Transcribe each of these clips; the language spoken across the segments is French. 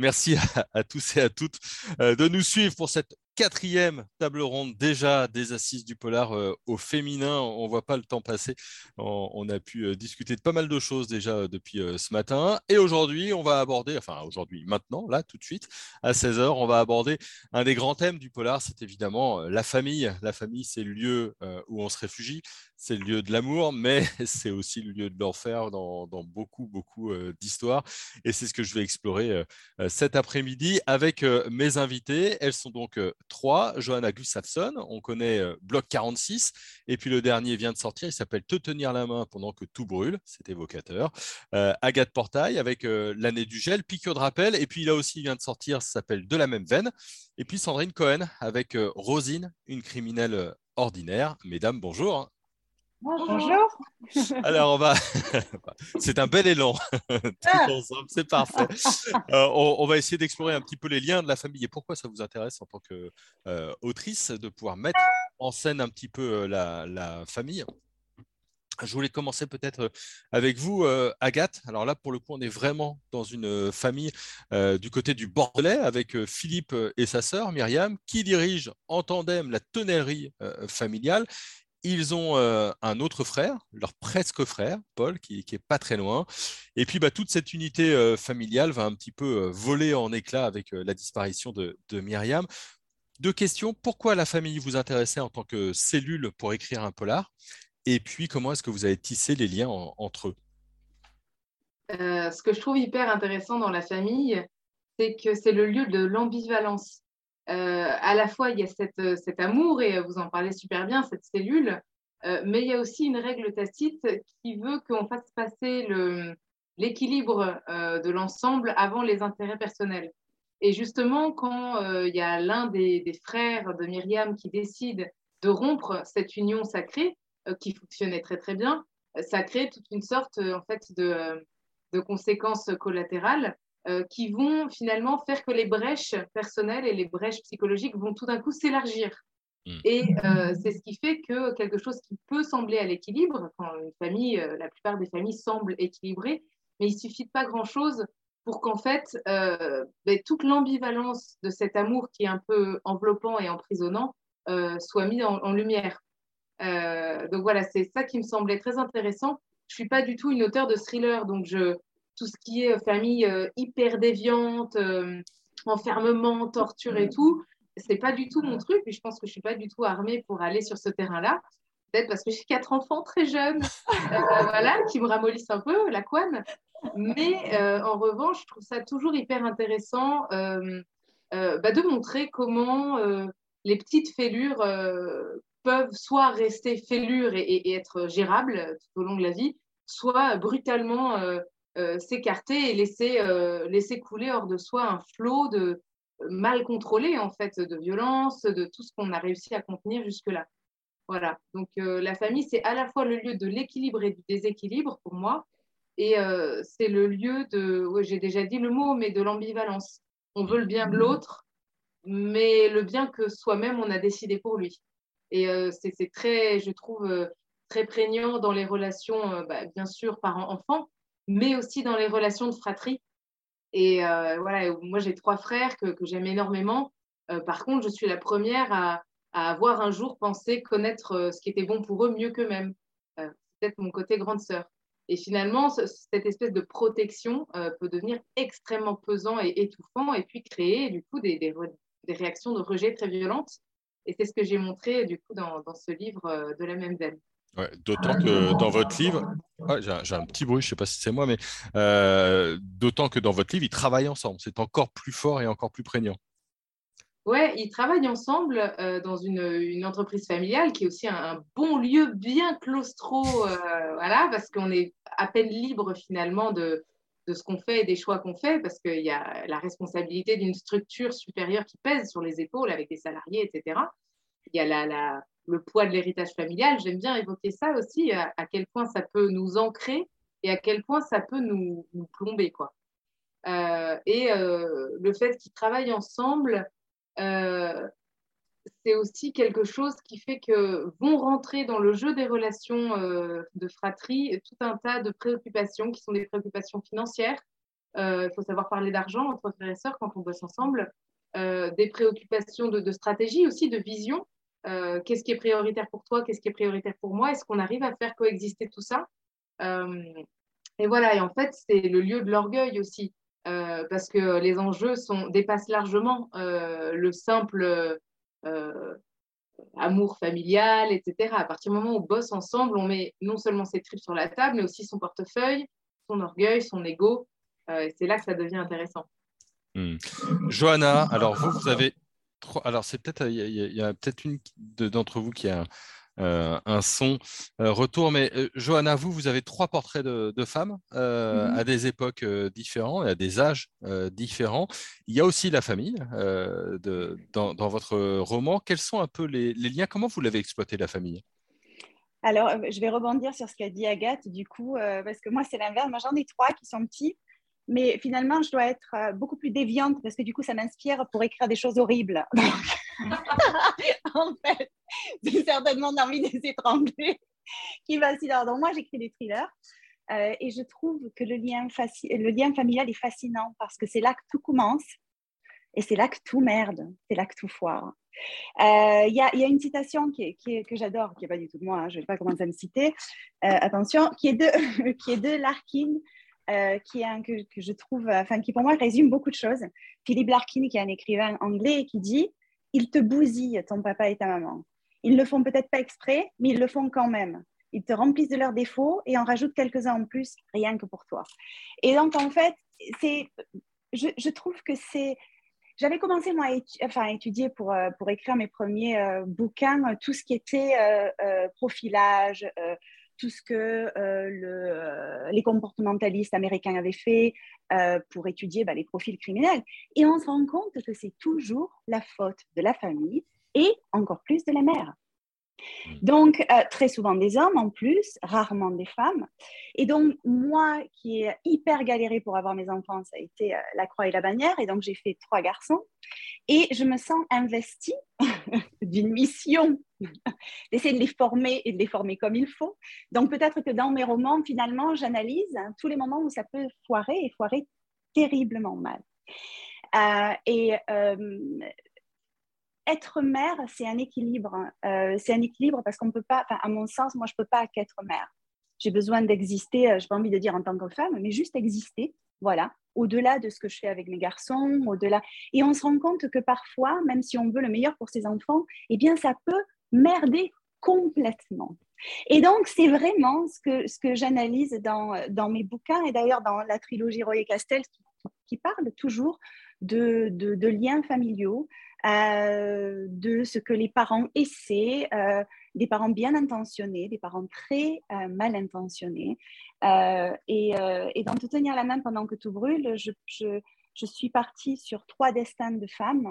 merci à tous et à toutes de nous suivre pour cette quatrième table ronde déjà des Assises du Polar au féminin. On ne voit pas le temps passer. On a pu discuter de pas mal de choses déjà depuis ce matin. Et aujourd'hui, on va aborder, enfin aujourd'hui, maintenant, là, tout de suite, à 16 heures, on va aborder un des grands thèmes du polar, c'est évidemment la famille. La famille, c'est le lieu où on se réfugie. C'est le lieu de l'amour, mais c'est aussi le lieu de l'enfer dans beaucoup, beaucoup d'histoires. Et c'est ce que je vais explorer cet après-midi avec mes invités. Elles sont donc trois. Johanna Gustafsson, on connaît Bloc 46. Et puis le dernier vient de sortir, il s'appelle Te tenir la main pendant que tout brûle. C'est évocateur. Agathe Portail avec L'année du gel, Piqûre de rappel. Et puis là aussi, il vient de sortir, ça s'appelle De la même veine. Et puis Sandrine Cohen avec Rosine, une criminelle ordinaire. Mesdames, bonjour. Bonjour. Alors, c'est un bel élan, tout Ah, ensemble, c'est parfait. On va essayer d'explorer un petit peu les liens de la famille et pourquoi ça vous intéresse en tant qu'autrice de pouvoir mettre en scène un petit peu la famille. Je voulais commencer peut-être avec vous, Agathe. Alors là, pour le coup, on est vraiment dans une famille du côté du Bordelais avec Philippe et sa sœur Myriam qui dirigent en tandem la tonnellerie familiale. Ils ont un autre frère, leur presque frère, Paul, qui est pas très loin. Et puis, toute cette unité familiale va un petit peu voler en éclats avec la disparition de Myriam. Deux questions. Pourquoi la famille vous intéressait en tant que cellule pour écrire un polar? Et puis, comment est-ce que vous avez tissé les liens entre eux? Ce que je trouve hyper intéressant dans la famille, c'est que c'est le lieu de l'ambivalence. À la fois, il y a cet amour, et vous en parlez super bien, cette cellule, mais il y a aussi une règle tacite qui veut qu'on fasse passer l'équilibre de l'ensemble avant les intérêts personnels. Et justement, quand il y a l'un des frères de Myriam qui décide de rompre cette union sacrée, qui fonctionnait très très bien, ça crée toute une sorte en fait de conséquences collatérales qui vont finalement faire que les brèches personnelles et les brèches psychologiques vont tout d'un coup s'élargir. Hmm. Et c'est ce qui fait que quelque chose qui peut sembler à l'équilibre, quand une famille, la plupart des familles semblent équilibrées, mais il ne suffit de pas grand-chose pour qu'en fait, toute l'ambivalence de cet amour qui est un peu enveloppant et emprisonnant soit mise en lumière. Donc voilà, c'est ça qui me semblait très intéressant. Je suis pas du tout une auteure de thriller, donc tout ce qui est famille hyper déviante, enfermement, torture et tout, c'est pas du tout mon truc. Et je pense que je suis pas du tout armée pour aller sur ce terrain-là. Peut-être parce que j'ai quatre enfants très jeunes, voilà, qui me ramollissent un peu la couenne. Mais en revanche, je trouve ça toujours hyper intéressant de montrer comment les petites fêlures peuvent soit rester fêlures et être gérables tout au long de la vie, soit brutalement s'écarter et laisser couler hors de soi un flot de mal contrôlé en fait, de violence, de tout ce qu'on a réussi à contenir jusque-là. Voilà. Donc la famille, c'est à la fois le lieu de l'équilibre et du déséquilibre pour moi, et c'est le lieu de, ouais, j'ai déjà dit le mot, mais de l'ambivalence. On veut le bien de l'autre, mais le bien que soi-même on a décidé pour lui. Et c'est très, je trouve, très prégnant dans les relations, bien sûr, parents-enfants, mais aussi dans les relations de fratrie. Et voilà, moi j'ai trois frères que j'aime énormément. Par contre, je suis la première à avoir un jour pensé connaître ce qui était bon pour eux mieux qu'eux-mêmes. C'est peut-être mon côté grande sœur. Et finalement, cette espèce de protection peut devenir extrêmement pesant et étouffant, et puis créer du coup des réactions de rejet très violentes. Et c'est ce que j'ai montré du coup dans ce livre de la même veine. Ouais, d'autant que dans votre livre, ouais, j'ai un petit bruit, je ne sais pas si c'est moi, mais d'autant que dans votre livre, ils travaillent ensemble. C'est encore plus fort et encore plus prégnant. Ouais, ils travaillent ensemble dans une entreprise familiale qui est aussi un bon lieu bien claustro, voilà, parce qu'on est à peine libre finalement de ce qu'on fait et des choix qu'on fait, parce qu'il y a la responsabilité d'une structure supérieure qui pèse sur les épaules avec des salariés, etc. Il y a le poids de l'héritage familial. J'aime bien évoquer ça aussi, à quel point ça peut nous ancrer et à quel point ça peut nous plomber, quoi. Et le fait qu'ils travaillent ensemble, euh, c'est aussi quelque chose qui fait que vont rentrer dans le jeu des relations de fratrie tout un tas de préoccupations qui sont des préoccupations financières, Il faut savoir parler d'argent entre frères et sœurs quand on bosse ensemble. Des préoccupations de stratégie aussi, de vision. Qu'est-ce qui est prioritaire pour toi? Qu'est-ce qui est prioritaire pour moi? Est-ce qu'on arrive à faire coexister tout ça? Et voilà, et en fait, c'est le lieu de l'orgueil aussi, parce que les enjeux dépassent largement le simple euh, amour familial, etc. À partir du moment où on bosse ensemble, on met non seulement ses tripes sur la table, mais aussi son portefeuille, son orgueil, son ego. Et c'est là que ça devient intéressant. Johanna, alors vous avez alors c'est peut-être il y a peut-être une d'entre vous qui a un son retour, mais Johanna, vous avez trois portraits de femmes à des époques différentes et à des âges différents. Il y a aussi la famille dans votre roman. Quels sont un peu les liens? Comment vous l'avez exploité, la famille? Alors, je vais rebondir sur ce qu'a dit Agathe, du coup, parce que moi, c'est l'inverse. Moi, j'en ai trois qui sont petits, mais finalement, je dois être beaucoup plus déviante parce que du coup, ça m'inspire pour écrire des choses horribles. En fait, c'est certainement envie de les étrangler qui va s'y. Donc, moi, j'écris des thrillers et je trouve que le lien familial est fascinant parce que c'est là que tout commence et c'est là que tout merde, c'est là que tout foire. Il y a une citation que j'adore, qui n'est pas du tout de moi, hein, je ne vais pas commencer à me citer, attention, qui est de Larkin, que je trouve, qui pour moi résume beaucoup de choses. Philippe Larkin, qui est un écrivain anglais, qui dit « Ils te bousillent, ton papa et ta maman. Ils ne le font peut-être pas exprès, mais ils le font quand même. Ils te remplissent de leurs défauts et en rajoutent quelques-uns en plus, rien que pour toi. » Et donc, en fait, je trouve que c'est... J'avais commencé, moi, à étudier pour écrire mes premiers bouquins, tout ce qui était profilage, tout ce que les comportementalistes américains avaient fait pour étudier les profils criminels. Et on se rend compte que c'est toujours la faute de la famille et encore plus de la mère. Donc, très souvent des hommes en plus, rarement des femmes. Et donc, moi qui ai hyper galéré pour avoir mes enfants, ça a été la croix et la bannière. Et donc, j'ai fait 3 garçons. Et je me sens investie d'une mission d'essayer de les former et de les former comme il faut. Donc, peut-être que dans mes romans, finalement, j'analyse tous les moments où ça peut foirer et foirer terriblement mal. Être mère, c'est un équilibre. C'est un équilibre parce qu'on peut pas, à mon sens, moi, je peux pas qu'être mère. J'ai besoin d'exister, je n'ai pas envie de dire en tant que femme, mais juste exister, voilà, au-delà de ce que je fais avec mes garçons, au-delà. Et on se rend compte que parfois, même si on veut le meilleur pour ses enfants, eh bien, ça peut merder complètement. Et donc, c'est vraiment ce que j'analyse dans mes bouquins et d'ailleurs dans la trilogie Royer Castel qui parle toujours de liens familiaux, de ce que les parents essaient, des parents bien intentionnés, des parents très mal intentionnés. Et dans Te tenir la main pendant que tout brûle, je suis partie sur 3 destins de femmes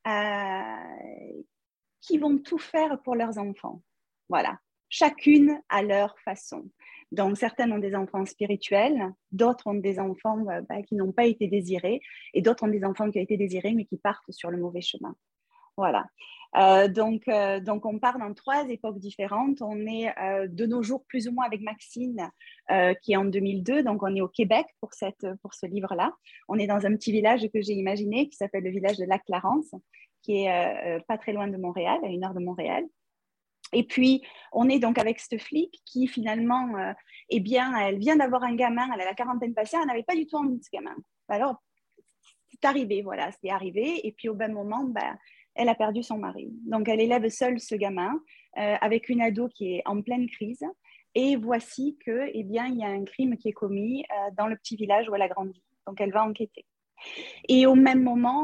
qui vont tout faire pour leurs enfants. Voilà, chacune à leur façon. Donc, certaines ont des enfants spirituels, d'autres ont des enfants qui n'ont pas été désirés, et d'autres ont des enfants qui ont été désirés, mais qui partent sur le mauvais chemin. Voilà. Donc, on part dans 3 époques différentes. On est de nos jours plus ou moins avec Maxine, qui est en 2002. Donc, on est au Québec pour ce livre-là. On est dans un petit village que j'ai imaginé, qui s'appelle le village de Lac-Clarence, qui est pas très loin de Montréal, à 1 heure de Montréal. Et puis, on est donc avec cette flic qui, finalement, elle vient d'avoir un gamin, elle a la quarantaine passée, elle n'avait pas du tout envie de ce gamin. Alors, c'est arrivé, voilà, c'est arrivé. Et puis, au même moment, elle a perdu son mari. Donc, elle élève seule ce gamin avec une ado qui est en pleine crise. Et voici que, il y a un crime qui est commis dans le petit village où elle a grandi. Donc, elle va enquêter. Et au même moment,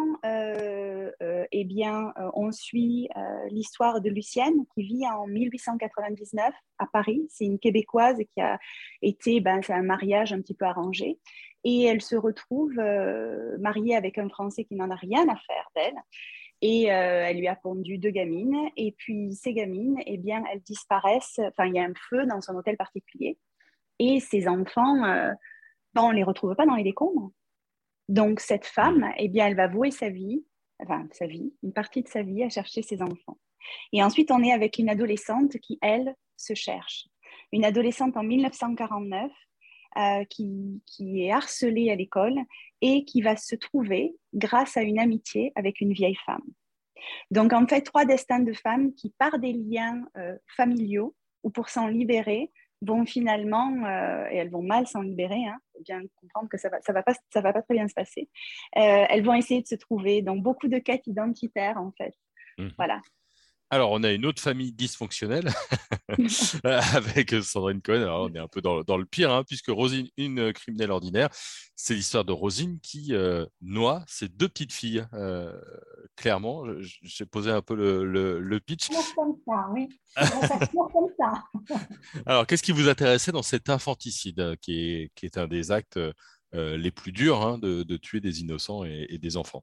on suit l'histoire de Lucienne qui vit en 1899 à Paris. C'est une Québécoise qui a été, c'est un mariage un petit peu arrangé. Et elle se retrouve mariée avec un Français qui n'en a rien à faire d'elle. Et elle lui a pondu 2 gamines. Et puis ces gamines, elles disparaissent. Enfin, il y a un feu dans son hôtel particulier. Et ces enfants, on ne les retrouve pas dans les décombres. Donc, cette femme, elle va vouer une partie de sa vie à chercher ses enfants. Et ensuite, on est avec une adolescente qui, elle, se cherche. Une adolescente en 1949 qui est harcelée à l'école et qui va se trouver grâce à une amitié avec une vieille femme. Donc, en fait, 3 destins de femmes qui, par des liens familiaux ou pour s'en libérer, vont finalement, et elles vont mal s'en libérer, hein, faut bien comprendre que ça va pas très bien se passer, elles vont essayer de se trouver dans beaucoup de quêtes identitaires, en fait. Voilà. Alors, on a une autre famille dysfonctionnelle avec Sandrine Cohen. Alors, on est un peu dans le pire, hein, puisque Rosine, une criminelle ordinaire, c'est l'histoire de Rosine qui noie ses 2 petites filles. Clairement, j'ai posé un peu le pitch. Comme ça, oui. Ça commence comme ça. Alors, qu'est-ce qui vous intéressait dans cet infanticide qui est un des actes les plus durs, hein, de tuer des innocents et des enfants?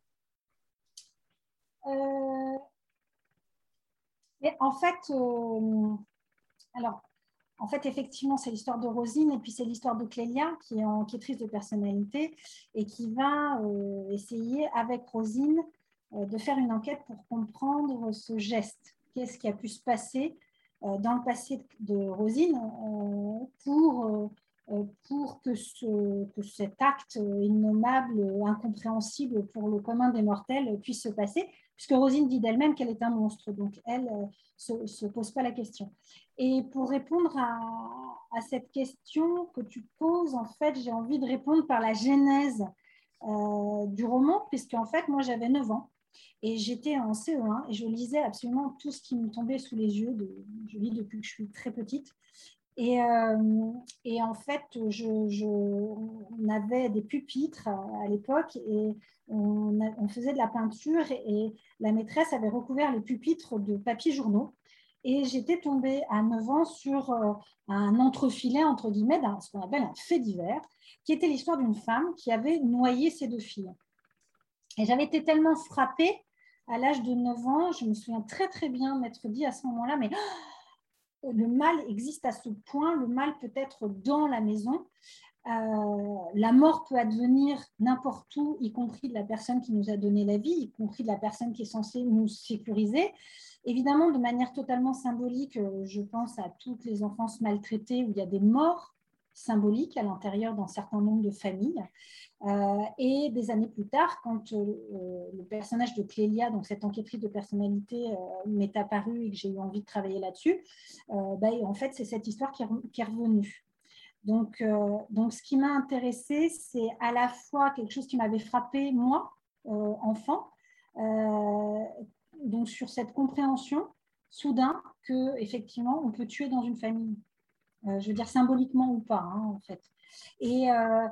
Mais alors, en fait, effectivement, c'est l'histoire de Rosine et puis c'est l'histoire de Clélia qui est enquêtrice de personnalité et qui va essayer avec Rosine de faire une enquête pour comprendre ce geste. Qu'est-ce qui a pu se passer dans le passé de Rosine pour que cet acte innommable, incompréhensible pour le commun des mortels puisse se passer, puisque Rosine dit d'elle-même qu'elle est un monstre, donc elle ne se pose pas la question. Et pour répondre à cette question que tu poses, en fait, j'ai envie de répondre par la genèse du roman, puisque en fait, moi, j'avais 9 ans et j'étais en CE1 et je lisais absolument tout ce qui me tombait sous les yeux. Je lis depuis que je suis très petite. Et en fait, on avait des pupitres à l'époque et on faisait de la peinture et la maîtresse avait recouvert les pupitres de papier journaux. Et j'étais tombée à 9 ans sur un entrefilet, entre guillemets, ce qu'on appelle un fait divers, qui était l'histoire d'une femme qui avait noyé ses 2 filles. Et j'avais été tellement frappée à l'âge de 9 ans, je me souviens très très bien m'être dit à ce moment-là, mais le mal existe à ce point, le mal peut être dans la maison. La mort peut advenir n'importe où, y compris de la personne qui nous a donné la vie, y compris de la personne qui est censée nous sécuriser. Évidemment, de manière totalement symbolique, je pense à toutes les enfances maltraitées où il y a des morts symboliques à l'intérieur d'un certain nombre de familles. Et des années plus tard, quand le personnage de Clélia, donc cette enquêtrice de personnalité, m'est apparu et que j'ai eu envie de travailler là-dessus, en fait, c'est cette histoire qui est revenue. Donc, ce qui m'a intéressée, c'est à la fois quelque chose qui m'avait frappée, moi, enfant, donc sur cette compréhension soudain qu'effectivement, on peut tuer dans une famille. Je veux dire symboliquement ou pas, hein, en fait. Et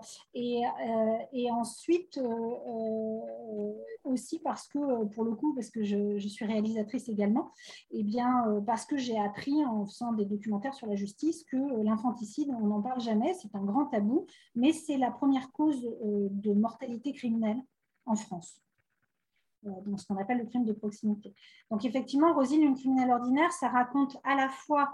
ensuite, aussi parce que, pour le coup, parce que je suis réalisatrice également, et bien, parce que j'ai appris en faisant des documentaires sur la justice que l'infanticide, on n'en parle jamais, c'est un grand tabou, mais c'est la première cause de mortalité criminelle en France. Donc, ce qu'on appelle le crime de proximité. Donc, effectivement, Rosine, une criminelle ordinaire, ça raconte à la fois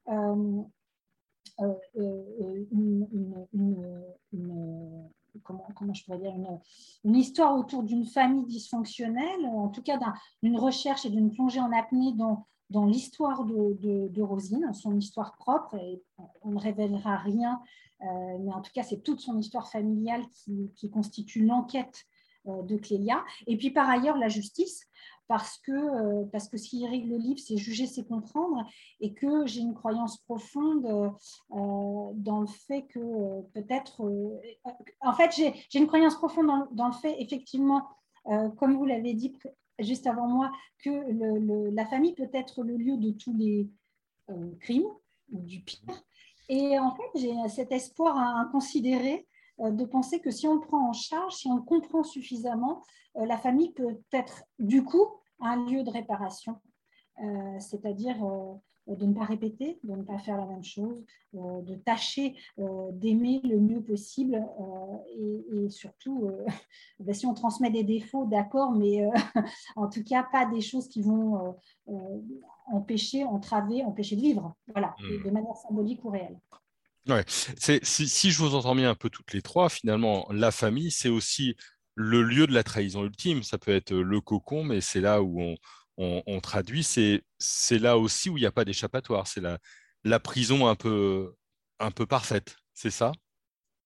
comment je pourrais dire, une histoire autour d'une famille dysfonctionnelle, en tout cas d'une recherche et d'une plongée en apnée dans l'histoire de Rosine, son histoire propre, et on ne révélera rien, mais en tout cas c'est toute son histoire familiale qui constitue l'enquête de Clélia. Et puis par ailleurs la justice, parce que ce qui irrigue le livre, c'est juger, c'est comprendre, et que j'ai une croyance profonde dans le fait que peut-être... en fait, j'ai une croyance profonde dans le fait, effectivement, comme vous l'avez dit juste avant moi, que la famille peut être le lieu de tous les crimes, ou du pire. Et en fait, j'ai cet espoir inconsidéré de penser que si on le prend en charge, si on le comprend suffisamment, la famille peut être du coup un lieu de réparation, c'est-à-dire de ne pas répéter, de ne pas faire la même chose, de tâcher d'aimer le mieux possible et surtout, si on transmet des défauts, d'accord, mais en tout cas pas des choses qui vont empêcher de vivre, voilà, de manière symbolique ou réelle. Ouais. Si je vous entends bien un peu toutes les trois, finalement, la famille, c'est aussi le lieu de la trahison ultime. Ça peut être le cocon, mais c'est là où on traduit. C'est là aussi où il n'y a pas d'échappatoire. C'est la prison un peu parfaite. C'est ça?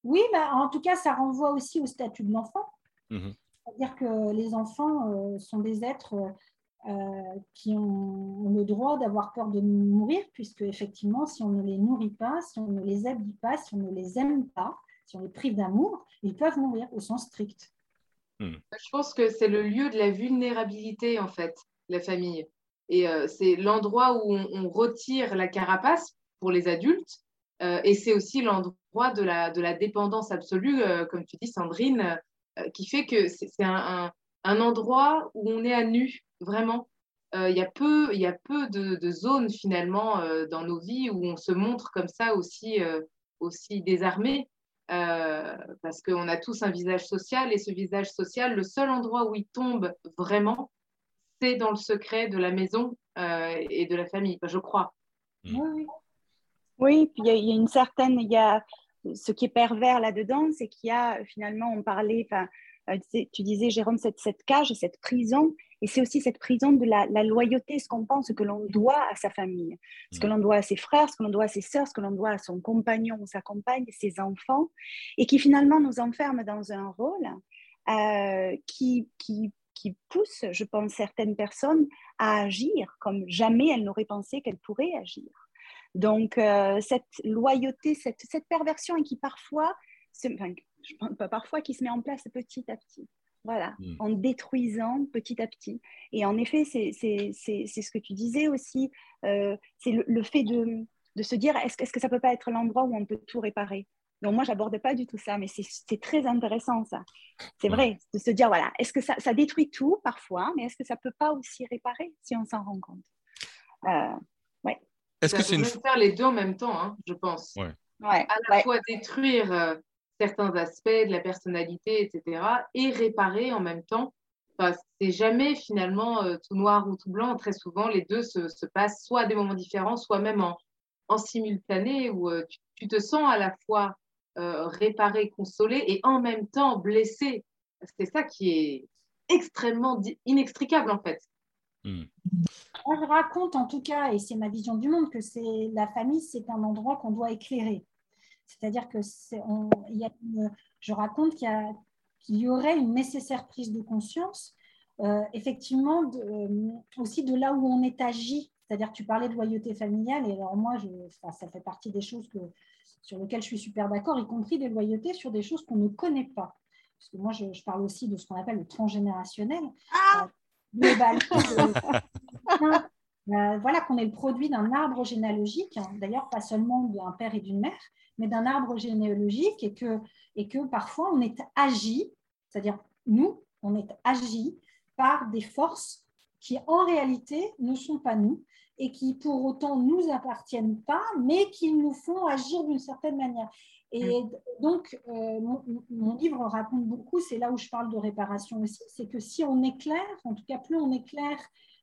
Oui, en tout cas, ça renvoie aussi au statut de l'enfant. Mhm. C'est-à-dire que les enfants sont des êtres qui ont le droit d'avoir peur de mourir, puisque effectivement, si on ne les nourrit pas, si on ne les habille pas, si on ne les aime pas, si on les prive d'amour, ils peuvent mourir au sens strict. Je pense que c'est le lieu de la vulnérabilité, en fait, la famille. Et c'est l'endroit où on retire la carapace pour les adultes. Et c'est aussi l'endroit de la dépendance absolue, comme tu dis, Sandrine, qui fait que c'est un endroit où on est à nu, vraiment. Il y a peu de zones, finalement, dans nos vies où on se montre comme ça aussi, aussi désarmé. Parce qu'on a tous un visage social et ce visage social, le seul endroit où il tombe vraiment, c'est dans le secret de la maison et de la famille, enfin, je crois. Mm. Oui, oui. Oui, puis il y a une certaine, il y a ce qui est pervers là-dedans, c'est qu'il y a finalement, on parlait, enfin, tu disais, Jérôme, cette cage, cette prison, et c'est aussi cette prison de la loyauté, ce qu'on pense que l'on doit à sa famille, ce que l'on doit à ses frères, ce que l'on doit à ses sœurs, ce que l'on doit à son compagnon ou sa compagne, ses enfants, et qui finalement nous enferme dans un rôle qui pousse, je pense, certaines personnes à agir comme jamais elles n'auraient pensé qu'elles pourraient agir. Donc, cette loyauté, cette perversion et qui parfois, enfin, je pense pas parfois, qui se met en place petit à petit. Voilà, en détruisant petit à petit. Et en effet, c'est ce que tu disais aussi, c'est le fait de se dire, est-ce que ça peut pas être l'endroit où on peut tout réparer? Donc moi, j'aborde pas du tout ça, mais c'est très intéressant ça. C'est vrai, de se dire, voilà, est-ce que ça détruit tout parfois, mais est-ce que ça peut pas aussi réparer si on s'en rend compte? Ouais. Est-ce que Ça c'est peut même faire les deux en même temps, hein, je pense. Ouais. Ouais, À la fois détruire certains aspects de la personnalité, etc., et réparer en même temps. Enfin, c'est jamais finalement tout noir ou tout blanc. Très souvent, les deux se passent soit à des moments différents, soit même en simultané, où tu te sens à la fois réparé, consolé, et en même temps blessé. C'est ça qui est extrêmement inextricable, en fait. Mm. Moi, je raconte en tout cas, et c'est ma vision du monde, que la famille, c'est un endroit qu'on doit éclairer. C'est-à-dire que je raconte qu'il y aurait une nécessaire prise de conscience, effectivement, aussi de là où on est agi. C'est-à-dire que tu parlais de loyauté familiale, et alors moi, ça fait partie des choses sur lesquelles je suis super d'accord, y compris des loyautés sur des choses qu'on ne connaît pas. Parce que moi, je parle aussi de ce qu'on appelle le transgénérationnel. Globalement, voilà qu'on est le produit d'un arbre généalogique, hein, d'ailleurs pas seulement d'un père et d'une mère, mais d'un arbre généalogique et que parfois on est agi, c'est-à-dire nous, on est agi par des forces qui en réalité ne sont pas nous et qui pour autant nous appartiennent pas, mais qui nous font agir d'une certaine manière. Et donc, mon livre raconte beaucoup, c'est là où je parle de réparation aussi, c'est que si on éclaire, en tout cas plus on éclaire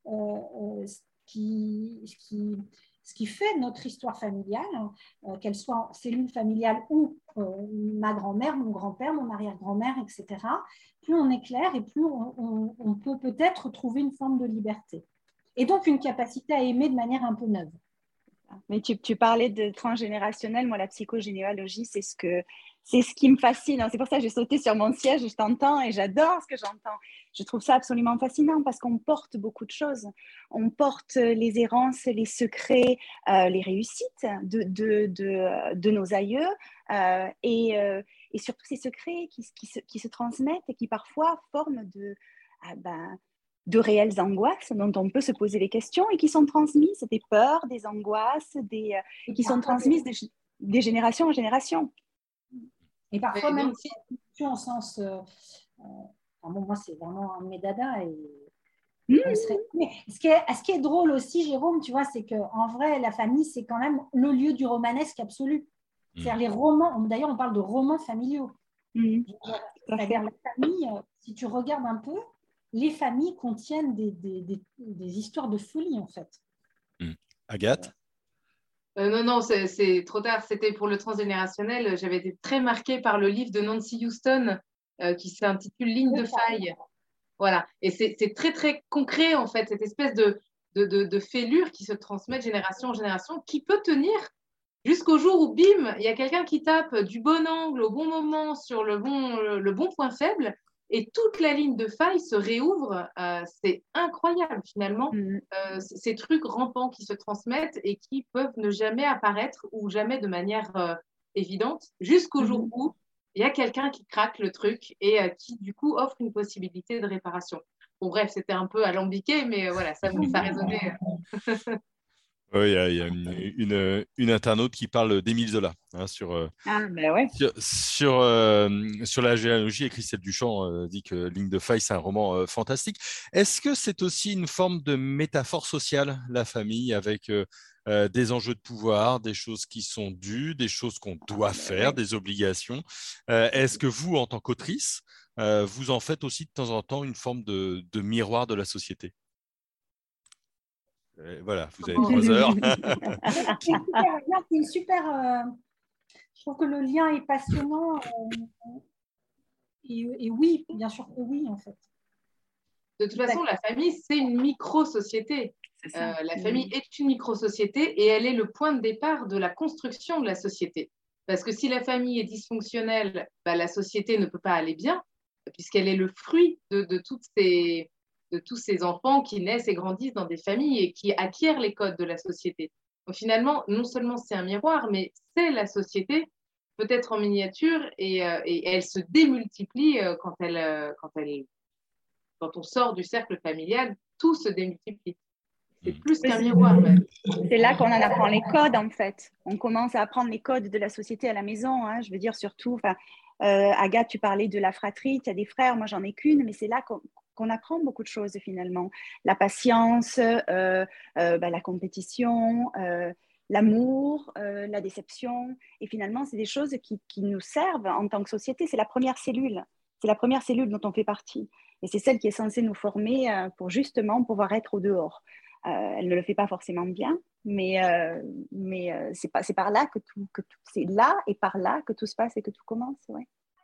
ce qui fait notre histoire familiale, qu'elle soit cellule familiale ou ma grand-mère, mon grand-père, mon arrière-grand-mère, etc., plus on est clair et plus on peut peut-être trouver une forme de liberté. Et donc une capacité à aimer de manière un peu neuve. Mais tu parlais de transgénérationnel. Moi, la psychogénéalogie, c'est ce qui me fascine. C'est pour ça que j'ai sauté sur mon siège, je t'entends et j'adore ce que j'entends. Je trouve ça absolument fascinant parce qu'on porte beaucoup de choses. On porte les errances, les secrets, les réussites de nos aïeux et surtout ces secrets qui se transmettent et qui parfois forment de réelles angoisses dont on peut se poser des questions et qui sont transmises, des peurs, des angoisses, qui sont transmises des générations en génération. Et parfois même en sens... bon, moi, c'est vraiment un de mes dadas. Mais ce qui est drôle aussi, Jérôme, tu vois, c'est qu'en vrai, la famille, c'est quand même le lieu du romanesque absolu. C'est-à-dire les romans, d'ailleurs, on parle de romans familiaux. C'est-à-dire la famille, si tu regardes un peu, les familles contiennent des histoires de folie, en fait. Agathe? Non, c'est trop tard. C'était pour le transgénérationnel. J'avais été très marquée par le livre de Nancy Houston qui s'intitule Ligne de faille. Voilà. Et c'est très, très concret, en fait, cette espèce de fêlure qui se transmet de génération en génération, qui peut tenir jusqu'au jour où, bim, il y a quelqu'un qui tape du bon angle au bon moment sur le bon point faible et toute la ligne de faille se réouvre. C'est incroyable finalement, ces trucs rampants qui se transmettent et qui peuvent ne jamais apparaître ou jamais de manière évidente jusqu'au jour où il y a quelqu'un qui craque le truc et qui du coup offre une possibilité de réparation. Bon bref, c'était un peu alambiqué, mais voilà, ça résonnait. Oui, il y a une internaute qui parle d'Émile Zola sur, Ah, ben ouais. sur la généalogie, et Christelle Duchamp dit que Ligne de faille, c'est un roman fantastique. Est-ce que c'est aussi une forme de métaphore sociale, la famille, avec des enjeux de pouvoir, des choses qui sont dues, des choses qu'on doit faire, des obligations? Est-ce que vous, en tant qu'autrice, vous en faites aussi de temps en temps une forme de miroir de la société? Voilà, vous avez 3 heures. C'est une super, je trouve que le lien est passionnant et oui, bien sûr que oui, en fait. De toute façon, la famille, c'est une micro-société. La famille est une micro-société et elle est le point de départ de la construction de la société. Parce que si la famille est dysfonctionnelle, bah, la société ne peut pas aller bien, puisqu'elle est le fruit de tous ces enfants qui naissent et grandissent dans des familles et qui acquièrent les codes de la société. Donc finalement, non seulement c'est un miroir, mais c'est la société, peut-être en miniature, et elle se démultiplie quand on sort du cercle familial, tout se démultiplie. C'est plus qu'un miroir même. C'est là qu'on en apprend les codes, en fait. On commence à apprendre les codes de la société à la maison. Je veux dire, surtout, Agathe, tu parlais de la fratrie, tu as des frères, moi j'en ai qu'une, mais c'est là qu'on apprend beaucoup de choses finalement. La patience, la compétition, l'amour, la déception. Et finalement, c'est des choses qui nous servent en tant que société. C'est la première cellule. C'est la première cellule dont on fait partie. Et c'est celle qui est censée nous former pour justement pouvoir être au dehors. Elle ne le fait pas forcément bien, mais c'est par là c'est là et par là que tout se passe et que tout commence. Ouais.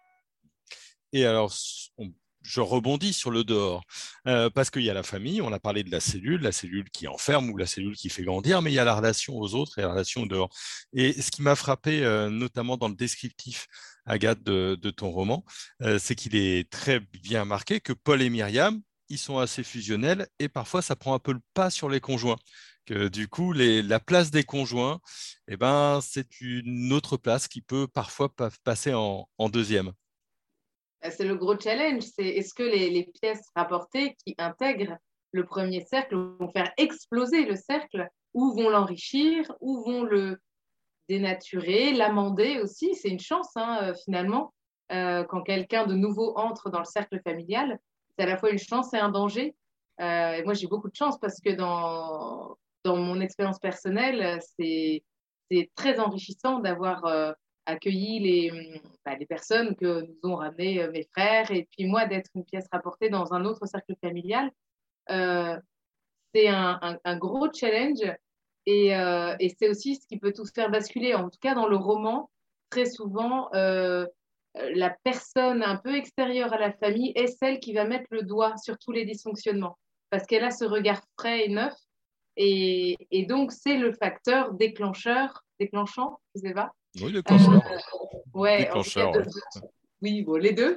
Et alors, je rebondis sur le dehors, parce qu'il y a la famille, on a parlé de la cellule qui enferme ou la cellule qui fait grandir, mais il y a la relation aux autres et la relation au dehors. Et ce qui m'a frappé, notamment dans le descriptif, Agathe, de ton roman, c'est qu'il est très bien marqué que Paul et Myriam, ils sont assez fusionnels et parfois ça prend un peu le pas sur les conjoints. Que du coup, la place des conjoints, eh ben, c'est une autre place qui peut parfois passer en deuxième. C'est le gros challenge. C'est est-ce que les pièces rapportées qui intègrent le premier cercle vont faire exploser le cercle ou vont l'enrichir ou vont le dénaturer, l'amender aussi. C'est une chance, finalement. Quand quelqu'un de nouveau entre dans le cercle familial, c'est à la fois une chance et un danger. Et moi, j'ai beaucoup de chance parce que dans mon expérience personnelle, c'est très enrichissant d'avoir accueilli les personnes que nous ont ramenées mes frères et puis moi d'être une pièce rapportée dans un autre cercle familial. Euh, c'est un gros challenge et c'est aussi ce qui peut tout faire basculer. En tout cas, dans le roman, très souvent, la personne un peu extérieure à la famille est celle qui va mettre le doigt sur tous les dysfonctionnements parce qu'elle a ce regard frais et neuf. Et donc, c'est le facteur déclenchant, je sais pas. Oui, déclencheur. Ouais, en tout cas, Déclencheur, ouais. oui, bon, les deux,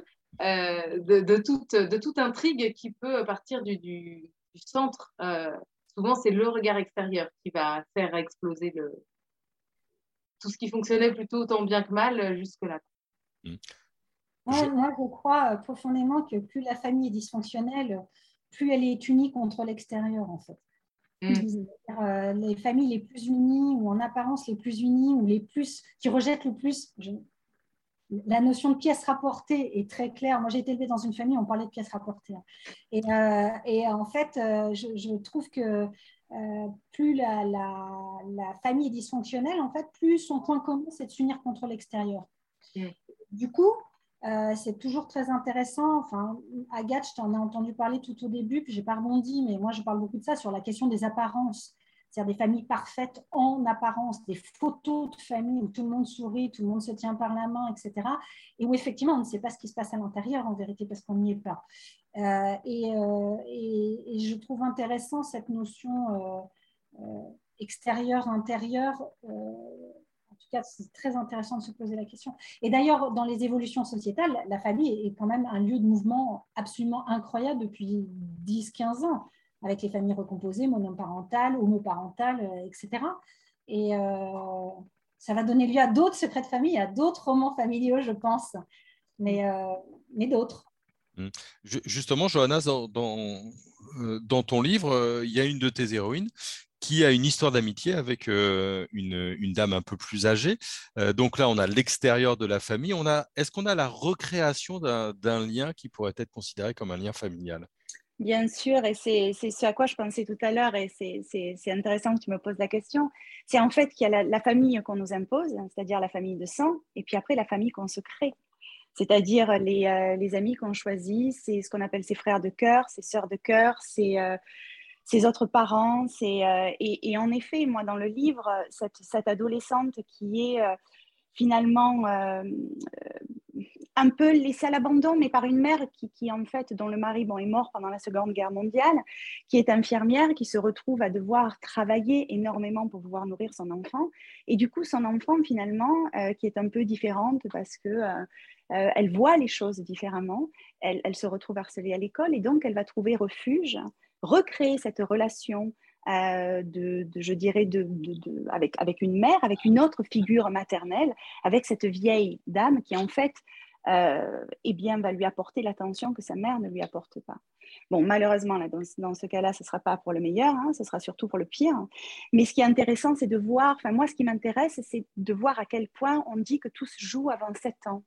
de toute intrigue qui peut partir du centre. Souvent, c'est le regard extérieur qui va faire exploser tout ce qui fonctionnait plutôt tant bien que mal jusque-là. Mm. Moi, je crois profondément que plus la famille est dysfonctionnelle, plus elle est unie contre l'extérieur, en fait. Les familles les plus unies, ou en apparence les plus unies, ou les plus qui rejettent le plus. La notion de pièce rapportée est très claire. Moi, j'ai été élevée dans une famille, on parlait de pièces rapportées. Et en fait, je trouve que plus la famille est dysfonctionnelle, en fait, plus son point commun, c'est de s'unir contre l'extérieur. Du coup, c'est toujours très intéressant. Enfin, Agathe, je t'en ai entendu parler tout au début, puis j'ai pas rebondi, mais moi, je parle beaucoup de ça sur la question des apparences. C'est-à-dire des familles parfaites en apparence, des photos de famille où tout le monde sourit, tout le monde se tient par la main, etc. Et où effectivement, on ne sait pas ce qui se passe à l'intérieur en vérité parce qu'on n'y est pas. Et je trouve intéressant cette notion extérieure-intérieure tout cas, c'est très intéressant de se poser la question. Et d'ailleurs, dans les évolutions sociétales, la famille est quand même un lieu de mouvement absolument incroyable depuis 10-15 ans, avec les familles recomposées, monoparentales, homoparentales, etc. Et ça va donner lieu à d'autres secrets de famille, à d'autres romans familiaux, je pense, mais d'autres. Justement, Johanna, dans ton livre, il y a une de tes héroïnes qui a une histoire d'amitié avec une dame un peu plus âgée. Donc là, on a l'extérieur de la famille. Est-ce qu'on a la recréation d'un lien qui pourrait être considéré comme un lien familial? Bien sûr, et c'est ce à quoi je pensais tout à l'heure, et c'est intéressant que tu me poses la question. C'est en fait qu'il y a la famille qu'on nous impose, c'est-à-dire la famille de sang, et puis après la famille qu'on se crée. C'est-à-dire les amis qu'on choisit, c'est ce qu'on appelle ses frères de cœur, ses sœurs de cœur, ses autres parents. Et en effet, moi, dans le livre, cette adolescente qui est finalement un peu laissée à l'abandon, mais par une mère qui en fait, dont le mari est mort pendant la Seconde Guerre mondiale, qui est infirmière, qui se retrouve à devoir travailler énormément pour pouvoir nourrir son enfant. Et du coup, son enfant, finalement, qui est un peu différente parce que elle voit les choses différemment, elle se retrouve harcelée à l'école et donc elle va trouver refuge, recréer cette relation je dirais, avec une mère, avec une autre figure maternelle, avec cette vieille dame qui en fait eh bien, va lui apporter l'attention que sa mère ne lui apporte pas. Bon, malheureusement, là, dans ce cas-là, ce ne sera pas pour le meilleur, hein, ce sera surtout pour le pire. Mais ce qui est intéressant, c'est de voir, enfin moi, ce qui m'intéresse, c'est de voir à quel point on dit que tout se joue avant 7 ans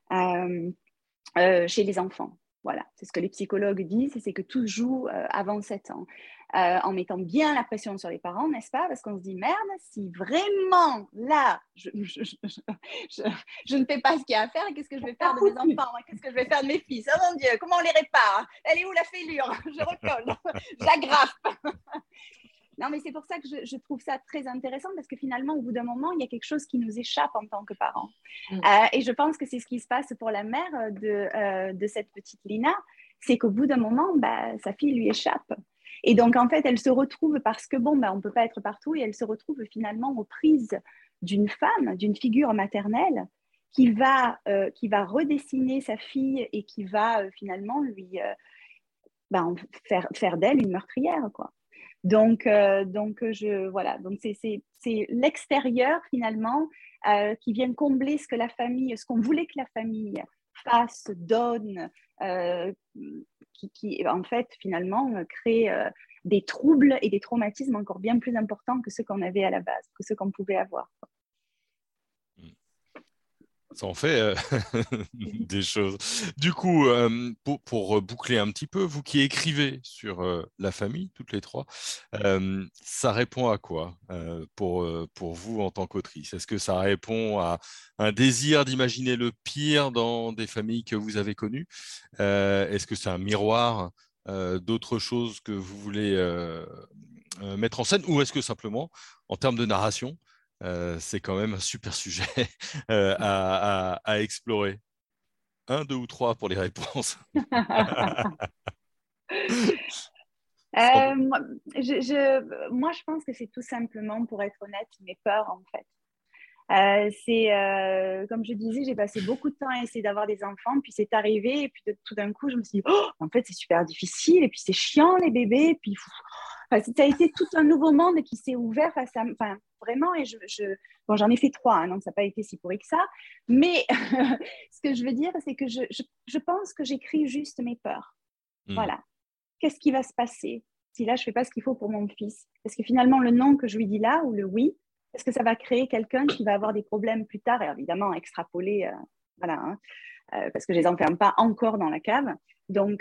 chez les enfants. Voilà, c'est ce que les psychologues disent, c'est que tout se joue avant 7 ans. En mettant bien la pression sur les parents, n'est-ce pas? Parce qu'on se dit, merde, si vraiment, là, je ne fais pas ce qu'il y a à faire, qu'est-ce que je vais faire de mes enfants? Qu'est-ce que je vais faire de mes fils? Oh mon Dieu, comment on les répare? Elle est où la fêlure? Je recolle, j'agrafe. Non, mais c'est pour ça que je trouve ça très intéressant parce que finalement, au bout d'un moment, il y a quelque chose qui nous échappe en tant que parents. Et je pense que c'est ce qui se passe pour la mère de cette petite Lina, c'est qu'au bout d'un moment, sa fille lui échappe. Et donc, en fait, elle se retrouve parce que, on ne peut pas être partout, et elle se retrouve finalement aux prises d'une femme, d'une figure maternelle qui va redessiner sa fille et qui va finalement lui faire d'elle une meurtrière, quoi. Donc c'est l'extérieur finalement qui vient combler ce qu'on voulait que la famille fasse, donne, qui en fait finalement crée des troubles et des traumatismes encore bien plus importants que ceux qu'on avait à la base, que ceux qu'on pouvait avoir. Ça en fait des choses. Du coup, pour boucler un petit peu, vous qui écrivez sur la famille, toutes les trois, ça répond à quoi pour vous en tant qu'autrice? Est-ce que ça répond à un désir d'imaginer le pire dans des familles que vous avez connues? Est-ce que c'est un miroir d'autres choses que vous voulez mettre en scène? Ou est-ce que simplement, en termes de narration, c'est quand même un super sujet à explorer. 1, 2 ou 3 pour les réponses. Moi, je pense que c'est tout simplement, pour être honnête, mes peurs en fait. Comme je disais, j'ai passé beaucoup de temps à essayer d'avoir des enfants, puis c'est arrivé, et puis tout d'un coup, je me suis dit, oh, en fait, c'est super difficile, et puis c'est chiant les bébés, et puis ça a été tout un nouveau monde qui s'est ouvert face à, enfin, vraiment, et j'en ai fait 3, hein, donc ça n'a pas été si pourri que ça, mais ce que je veux dire, c'est que je pense que j'écris juste mes peurs. Voilà. Qu'est-ce qui va se passer si là, je ne fais pas ce qu'il faut pour mon fils? Parce que finalement, le non que je lui dis là, ou le oui, est-ce que ça va créer quelqu'un qui va avoir des problèmes plus tard, et évidemment extrapoler, voilà, hein, parce que je ne les enferme pas encore dans la cave. Donc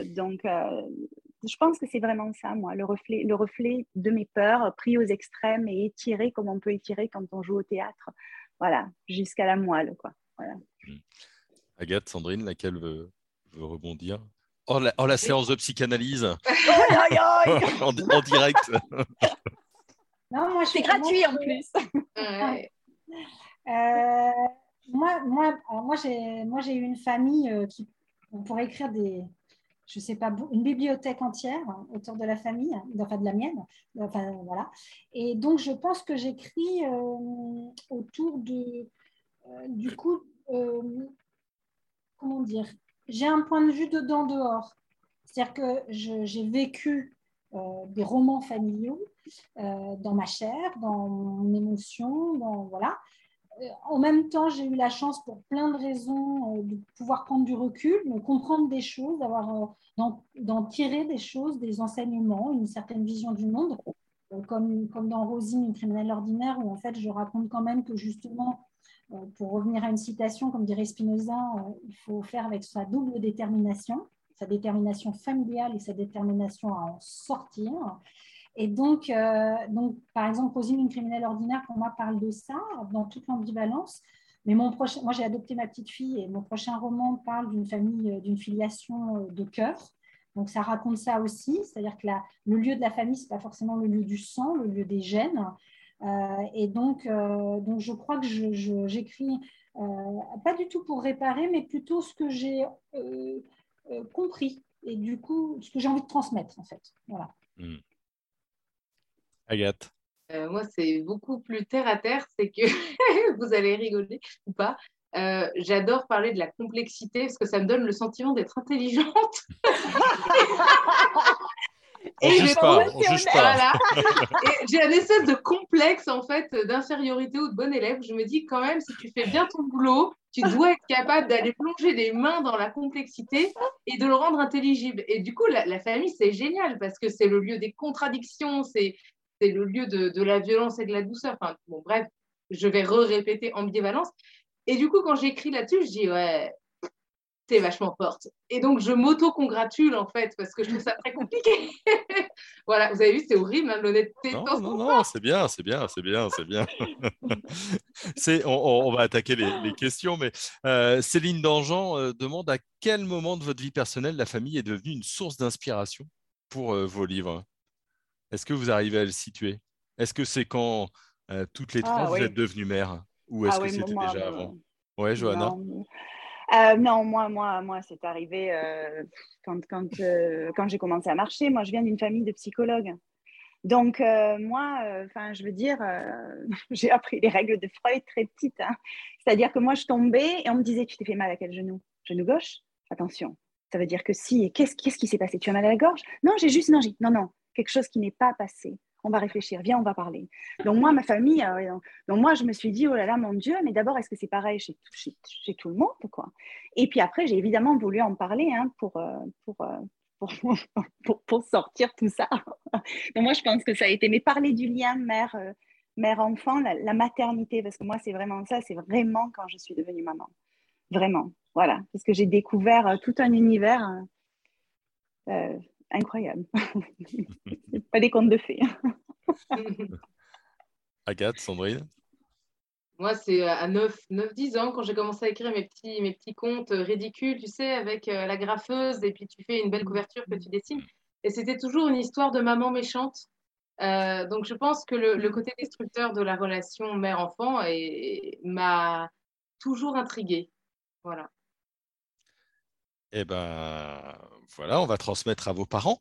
je pense que c'est vraiment ça, moi, le reflet de mes peurs pris aux extrêmes et étiré comme on peut étirer quand on joue au théâtre. Voilà, jusqu'à la moelle, quoi. Voilà. Agathe, Sandrine, laquelle veut rebondir? La séance de psychanalyse en direct. Non, moi, c'est gratuit en plus. Moi, j'ai eu une famille qui, on pourrait écrire je sais pas, une bibliothèque entière autour de la famille, enfin de la mienne. Enfin, voilà. Et donc, je pense que j'écris autour du coup, comment dire, j'ai un point de vue dedans-dehors. C'est-à-dire que j'ai vécu des romans familiaux dans ma chair, dans mon émotion, voilà. En même temps, j'ai eu la chance, pour plein de raisons, de pouvoir prendre du recul, de comprendre des choses, d'en tirer des choses, des enseignements, une certaine vision du monde, comme dans Rosine, une criminelle ordinaire, où en fait, je raconte quand même que justement, pour revenir à une citation, comme dirait Spinoza, il faut faire avec sa double détermination, sa détermination familiale et sa détermination à en sortir. Et donc, par exemple, Rosine, une criminelle ordinaire, pour moi, parle de ça, dans toute l'ambivalence. Mais moi, j'ai adopté ma petite fille et mon prochain roman parle d'une famille, d'une filiation de cœur. Donc, ça raconte ça aussi. C'est-à-dire que le lieu de la famille, ce n'est pas forcément le lieu du sang, le lieu des gènes. Et donc, je crois que j'écris pas du tout pour réparer, mais plutôt ce que j'ai compris et du coup, ce que j'ai envie de transmettre, en fait. Voilà. Agathe. Moi, c'est beaucoup plus terre à terre, c'est que vous allez rigoler ou pas. J'adore parler de la complexité parce que ça me donne le sentiment d'être intelligente. On juge pas. Voilà. Et j'ai un espèce de complexe en fait d'infériorité ou de bon élève. Je me dis quand même, si tu fais bien ton boulot, tu dois être capable d'aller plonger les mains dans la complexité et de le rendre intelligible. Et du coup, la famille, c'est génial parce que c'est le lieu des contradictions, c'est le lieu de la violence et de la douceur. Enfin, bon, bref, je vais répéter ambivalence. Et du coup, quand j'écris là-dessus, je dis, ouais, t'es vachement forte. Et donc, je m'auto-congratule, en fait, parce que je trouve ça très compliqué. Voilà, vous avez vu, c'est horrible, hein, l'honnêteté. Non, c'est bien. On va attaquer les questions, mais Céline Dangean demande à quel moment de votre vie personnelle la famille est devenue une source d'inspiration pour vos livres. Est-ce que vous arrivez à le situer? Est-ce que c'est quand toutes les trois vous êtes devenues mères ou est-ce que c'était déjà avant? Ouais, Johanna? Non, moi, c'est arrivé quand j'ai commencé à marcher. Moi, je viens d'une famille de psychologues. Donc, je veux dire, j'ai appris les règles de Freud très petite. Hein. C'est-à-dire que moi, je tombais et on me disait, tu t'es fait mal à quel genou? Genou gauche? Attention. Ça veut dire que si. Qu'est-ce qui s'est passé? Tu as mal à la gorge? Non, non, quelque chose qui n'est pas passé. On va réfléchir, viens, on va parler. Donc moi, ma famille, donc moi, je me suis dit, oh là là, mon Dieu, mais d'abord, est-ce que c'est pareil chez tout le monde, quoi? Et puis après, j'ai évidemment voulu en parler hein, pour sortir tout ça. Donc moi, je pense que ça a été, mais parler du lien mère-enfant, la maternité, parce que moi, c'est vraiment ça, c'est vraiment quand je suis devenue maman. Vraiment, voilà, parce que j'ai découvert tout un univers incroyable. Pas des contes de fées. Agathe, Sandrine? Moi, c'est à 9-10 ans, quand j'ai commencé à écrire mes petits contes ridicules, tu sais, avec la graffeuse, et puis tu fais une belle couverture que tu dessines. Et c'était toujours une histoire de maman méchante. Donc, je pense que le côté destructeur de la relation mère-enfant m'a toujours intriguée. Voilà. Eh ben, voilà, on va transmettre à vos parents.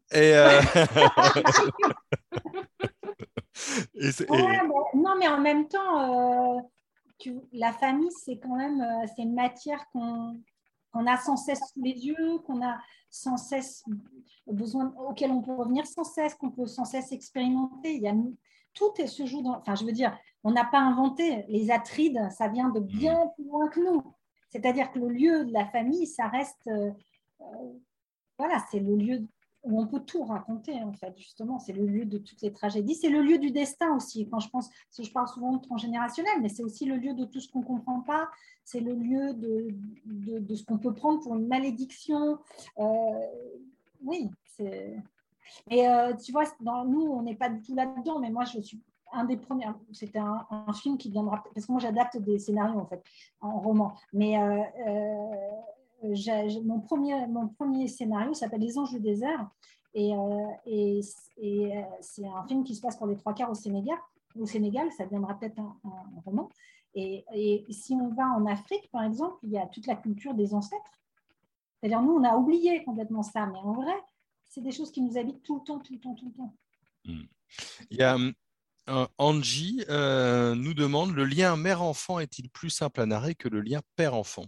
Non, mais en même temps, la famille, c'est quand même c'est une matière qu'on a sans cesse sous les yeux, qu'on a sans cesse besoin, auquel on peut revenir sans cesse, qu'on peut sans cesse expérimenter. Tout se joue dans. Enfin, je veux dire, on n'a pas inventé. Les Atrides, ça vient de bien plus loin que nous. C'est-à-dire que le lieu de la famille, ça reste. Voilà, c'est le lieu où on peut tout raconter, en fait, justement. C'est le lieu de toutes les tragédies. C'est le lieu du destin aussi. Quand je parle souvent de transgénérationnel, mais c'est aussi le lieu de tout ce qu'on ne comprend pas. C'est le lieu de ce qu'on peut prendre pour une malédiction. Oui, c'est. Mais tu vois, nous, on n'est pas du tout là-dedans, mais moi, je suis un des premiers. C'était un film qui viendra. Parce que moi, j'adapte des scénarios, en fait, en roman. Mais. Mon premier scénario s'appelle Les Anges du désert et c'est un film qui se passe pour les 3/4 au Sénégal, ça deviendra peut-être un roman. Et si on va en Afrique, par exemple, il y a toute la culture des ancêtres. C'est-à-dire, nous, on a oublié complètement ça, mais en vrai, c'est des choses qui nous habitent tout le temps, tout le temps, tout le temps. Il y a Angie nous demande, le lien mère-enfant est-il plus simple à narrer que le lien père-enfant?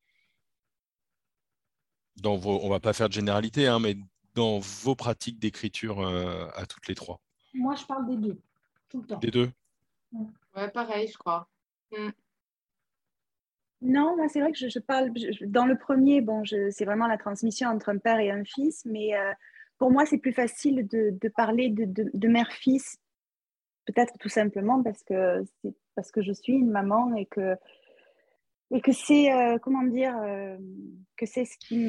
On ne va pas faire de généralité, hein, mais dans vos pratiques d'écriture à toutes les trois. Moi, je parle des deux, tout le temps. Des deux? Ouais, pareil, je crois. Non, moi, c'est vrai que je parle, dans le premier, bon, c'est vraiment la transmission entre un père et un fils, mais pour moi, c'est plus facile de parler de mère-fils, peut-être tout simplement parce que je suis une maman et que c'est, comment dire, que c'est ce qui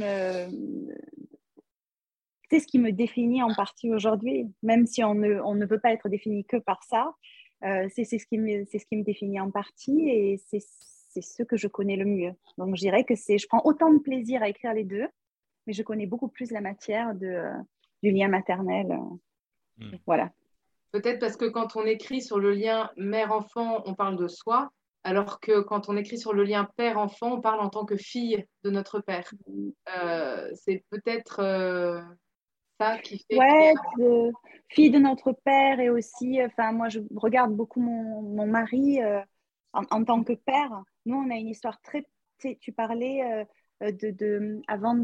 me définit en partie aujourd'hui, même si on ne veut pas être défini que par ça. C'est ce qui me définit en partie et c'est ce que je connais le mieux. Donc, je dirais que je prends autant de plaisir à écrire les deux, mais je connais beaucoup plus la matière du lien maternel. Voilà. Peut-être parce que quand on écrit sur le lien mère-enfant, on parle de soi, alors que quand on écrit sur le lien père-enfant, on parle en tant que fille de notre père. C'est peut-être ça qui fait ouais, fille de notre père et aussi, moi je regarde beaucoup mon mari en tant que père. Nous, on a une histoire tu parlais avant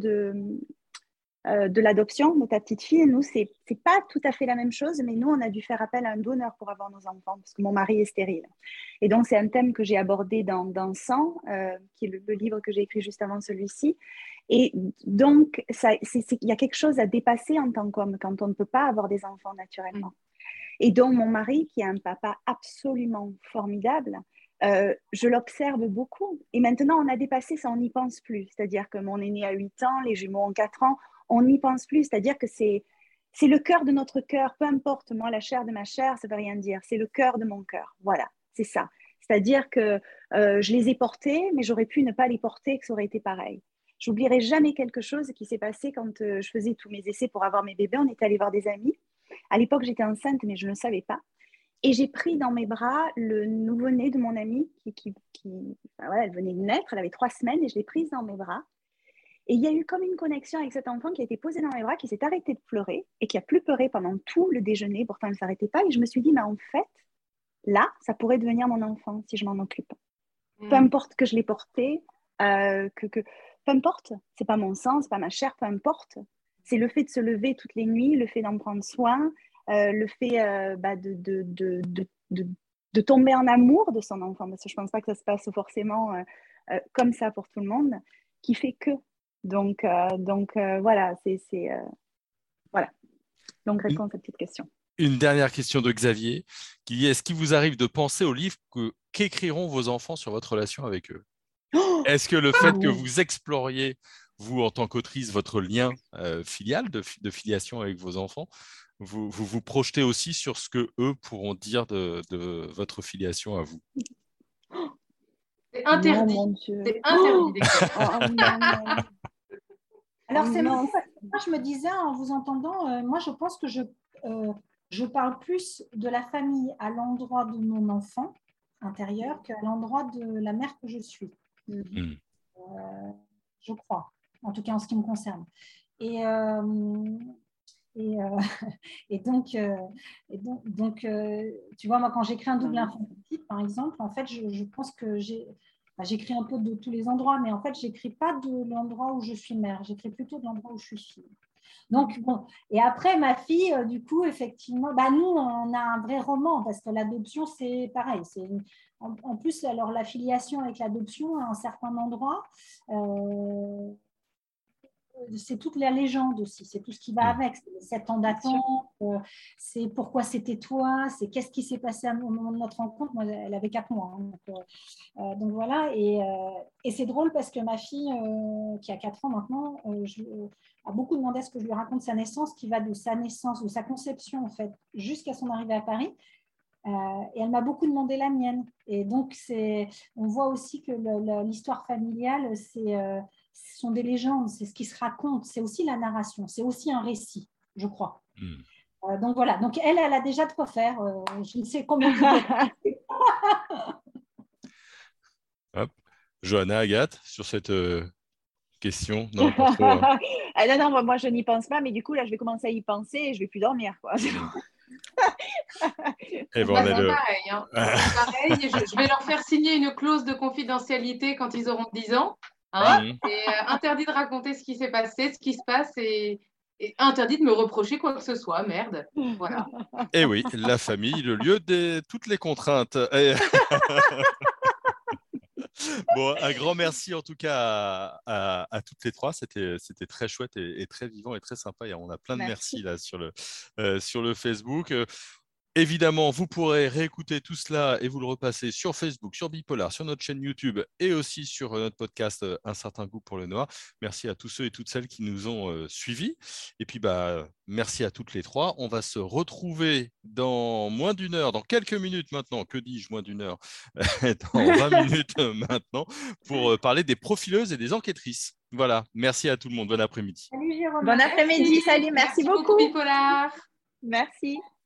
de l'adoption de ta petite fille. Nous, c'est pas tout à fait la même chose, mais nous, on a dû faire appel à un donneur pour avoir nos enfants parce que mon mari est stérile. Et donc, c'est un thème que j'ai abordé dans Sang, qui est le livre que j'ai écrit juste avant celui-ci. Et donc, il y a quelque chose à dépasser en tant qu'homme quand on ne peut pas avoir des enfants naturellement. Et donc, mon mari, qui est un papa absolument formidable, je l'observe beaucoup. Et maintenant, on a dépassé ça, on n'y pense plus. C'est-à-dire que mon aîné a 8 ans, les jumeaux ont 4 ans, on n'y pense plus. C'est-à-dire que c'est le cœur de notre cœur, peu importe, moi, la chair de ma chair, ça ne veut rien dire. C'est le cœur de mon cœur. Voilà, c'est ça. C'est-à-dire que je les ai portés, mais j'aurais pu ne pas les porter, que ça aurait été pareil. J'oublierai jamais quelque chose qui s'est passé quand je faisais tous mes essais pour avoir mes bébés. On était allé voir des amis. À l'époque, j'étais enceinte, mais je ne savais pas. Et j'ai pris dans mes bras le nouveau-né de mon amie elle venait de naître, elle avait 3 semaines, et je l'ai prise dans mes bras. Et il y a eu comme une connexion avec cet enfant qui a été posé dans mes bras, qui s'est arrêté de pleurer et qui a plus pleuré pendant tout le déjeuner. Pourtant, elle ne s'arrêtait pas. Et je me suis dit, mais en fait, là, ça pourrait devenir mon enfant si je m'en occupe. Peu importe que je l'ai porté, peu importe, c'est pas mon sang, c'est pas ma chair, peu importe. C'est le fait de se lever toutes les nuits, le fait d'en prendre soin, le fait de tomber en amour de son enfant, parce que je pense pas que ça se passe forcément comme ça pour tout le monde, qui fait que. Donc voilà, voilà. Donc réponse à cette petite question. Une dernière question de Xavier, qui dit, est-ce qu'il vous arrive de penser au livre qu'écriront vos enfants sur votre relation avec eux? Est-ce que le fait que vous exploriez, vous en tant qu'autrice, votre lien filial, de filiation avec vos enfants, vous projetez aussi sur ce que eux pourront dire de votre filiation à vous? C'est interdit. Non, mon Dieu. C'est interdit. Alors, c'est marrant. Moi, je me disais, en vous entendant, moi, je pense que je parle plus de la famille à l'endroit de mon enfant intérieur qu'à l'endroit de la mère que je suis. Je crois, en tout cas en ce qui me concerne. Et donc, tu vois, moi, quand j'écris un double infanticide, par exemple, en fait, je pense que j'écris un peu de tous les endroits, mais en fait, j'écris pas de l'endroit où je suis mère, j'écris plutôt de l'endroit où je suis fille. Donc, bon, et après, ma fille, du coup, effectivement, nous, on a un vrai roman, parce que l'adoption, c'est pareil. En plus, alors, la filiation avec l'adoption, à un certain endroit, c'est toute la légende aussi, c'est tout ce qui va avec, c'est les 7 ans d'attente, c'est pourquoi c'était toi, c'est qu'est-ce qui s'est passé au moment de notre rencontre. Moi, elle avait 4 mois, hein, donc voilà, et c'est drôle parce que ma fille, qui a 4 ans maintenant, a beaucoup demandé à ce que je lui raconte sa naissance, qui va de sa naissance, de sa conception en fait, jusqu'à son arrivée à Paris. Et elle m'a beaucoup demandé la mienne. Et donc, on voit aussi que l'histoire familiale, ce sont des légendes, c'est ce qui se raconte, c'est aussi la narration, c'est aussi un récit, je crois. Donc voilà, donc elle a déjà de quoi faire. Je ne sais combien. Hop. Johanna, Agathe, sur cette Question? Non, pas trop. Hein. Ah non, moi, je n'y pense pas, mais du coup, là, je vais commencer à y penser et je vais plus dormir, quoi. Et bon, Bah, on est c'est le... pareil. Hein. Pareil, je vais leur faire signer une clause de confidentialité quand ils auront 10 ans. Hein, et interdit de raconter ce qui s'est passé, ce qui se passe, et interdit de me reprocher quoi que ce soit. Merde. Voilà. Et oui, la famille, le lieu de toutes les contraintes. Et... Bon, un grand merci en tout cas à toutes les trois. C'était très chouette et très vivant et très sympa. Et on a plein de merci là sur le Facebook. Évidemment, vous pourrez réécouter tout cela et vous le repasser sur Facebook, sur Bipolar, sur notre chaîne YouTube et aussi sur notre podcast Un certain goût pour le noir. Merci à tous ceux et toutes celles qui nous ont suivis. Et puis, merci à toutes les trois. On va se retrouver dans moins d'une heure, dans quelques minutes maintenant. Que dis-je, moins d'une heure? Dans 20 minutes maintenant pour parler des profileuses et des enquêtrices. Voilà. Merci à tout le monde. Bon après-midi. Salut Jérôme. Bon après-midi. Salut. Merci beaucoup. Bipolar. Merci.